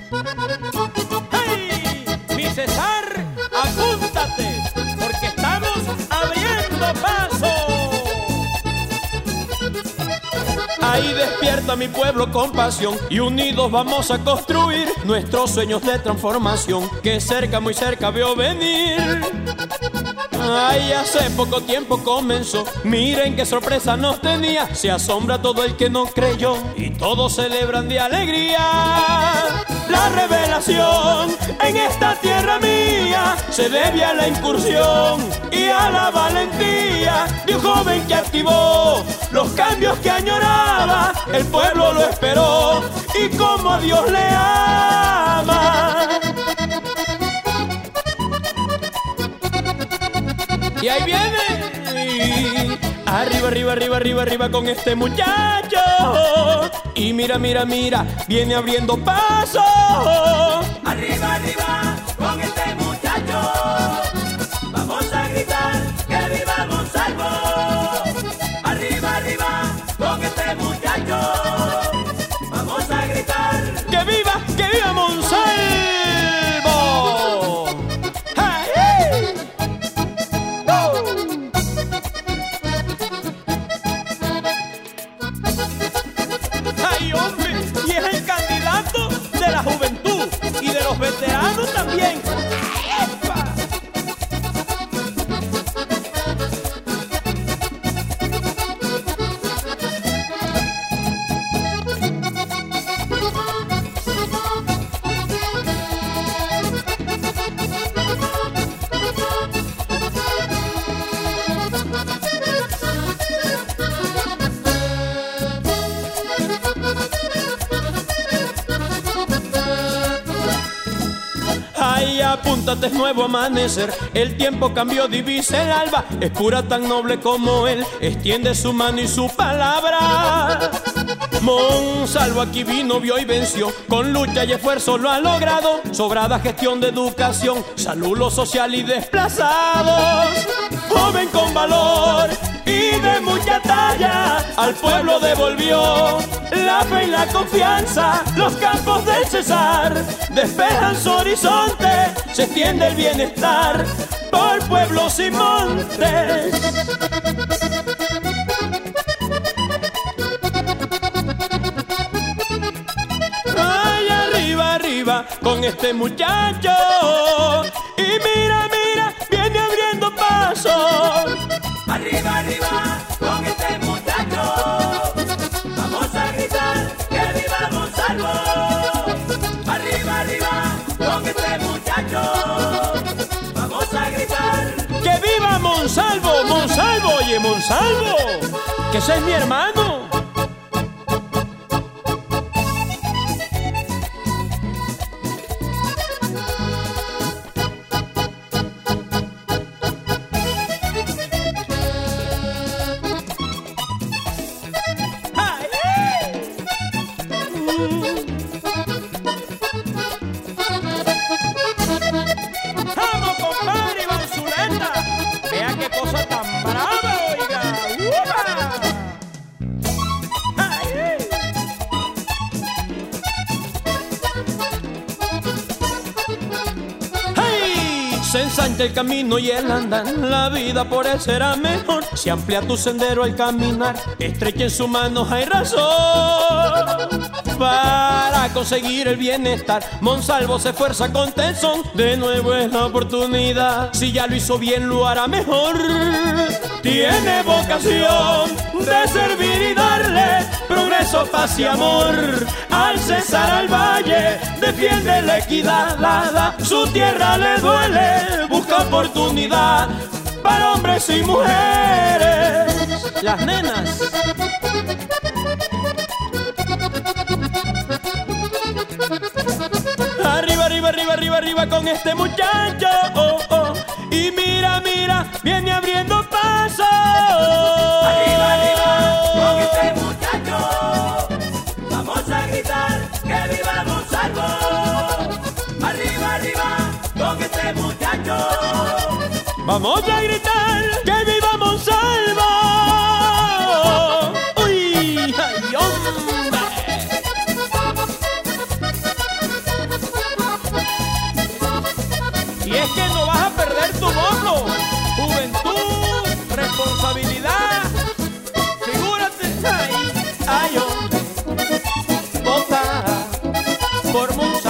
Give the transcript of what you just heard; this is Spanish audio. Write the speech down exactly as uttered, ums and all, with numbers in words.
¡Hey! Mi César, apúntate, porque estamos abriendo paso. Ahí despierta mi pueblo con pasión y unidos vamos a construir nuestros sueños de transformación que cerca, muy cerca veo venir. Ay, hace poco tiempo comenzó, miren qué sorpresa nos tenía. Se asombra todo el que no creyó y todos celebran de alegría. La revelación en esta tierra mía se debe a la incursión y a la valentía de un joven que activó los cambios que añoraba. El pueblo lo esperó y como a Dios le ama. Y ahí viene, arriba, arriba, arriba, arriba, arriba con este muchacho. Y mira, mira, mira, viene abriendo paso. Arriba, arriba con este muchacho. Vamos a gritar que viva Monsalvo. Arriba, arriba con este muchacho. Vamos a gritar que viva, que viva Monsalvo. La juventud y de los veteranos también. ¡Epa! Ay, apúntate, es nuevo amanecer. El tiempo cambió, divisa el alba. Es pura tan noble como él. Extiende su mano y su palabra. Monsalvo aquí vino, vio y venció. Con lucha y esfuerzo lo ha logrado. Sobrada gestión de educación, salud, lo social y desplazados. Joven con valor y de mucha talla, al pueblo devolvió la fe y la confianza. Los campos del César despejan su horizonte, se extiende el bienestar por pueblos y montes. Ay, arriba, arriba con este muchacho. Y mira, mira, viene abriendo paso. Arriba, arriba con este muchacho. Vamos a gritar que viva Monsalvo. Arriba, arriba con este muchacho. Vamos a gritar que viva Monsalvo, Monsalvo, oye Monsalvo, que ese es mi hermano. ¡Vamos, compadre Iván Zuleta! ¡Vea qué cosa tan brava, oiga! ¡Upa! ¡Ay! ¡Hey! Se ensancha el camino y el andar, la vida por él será mejor. Se amplía tu sendero al caminar, estrechen sus manos, hay razón. Para conseguir el bienestar, Monsalvo se esfuerza con tesón. De nuevo es la oportunidad, si ya lo hizo bien lo hará mejor. Tiene vocación de servir y darle progreso, paz y amor al César, al valle, defiende la equidad. La, la, su tierra le duele, busca oportunidad para hombres y mujeres. Las nenas. Arriba, arriba, arriba, arriba, arriba con este muchacho. Oh, oh. Y mira, mira, viene abriendo paso. arriba, arriba con este muchacho. Vamos a gritar que viva Monsalvo. Arriba, arriba con este muchacho. Vamos a gritar que viva Monsalvo. Uy, ay, hombre. por Monsanto.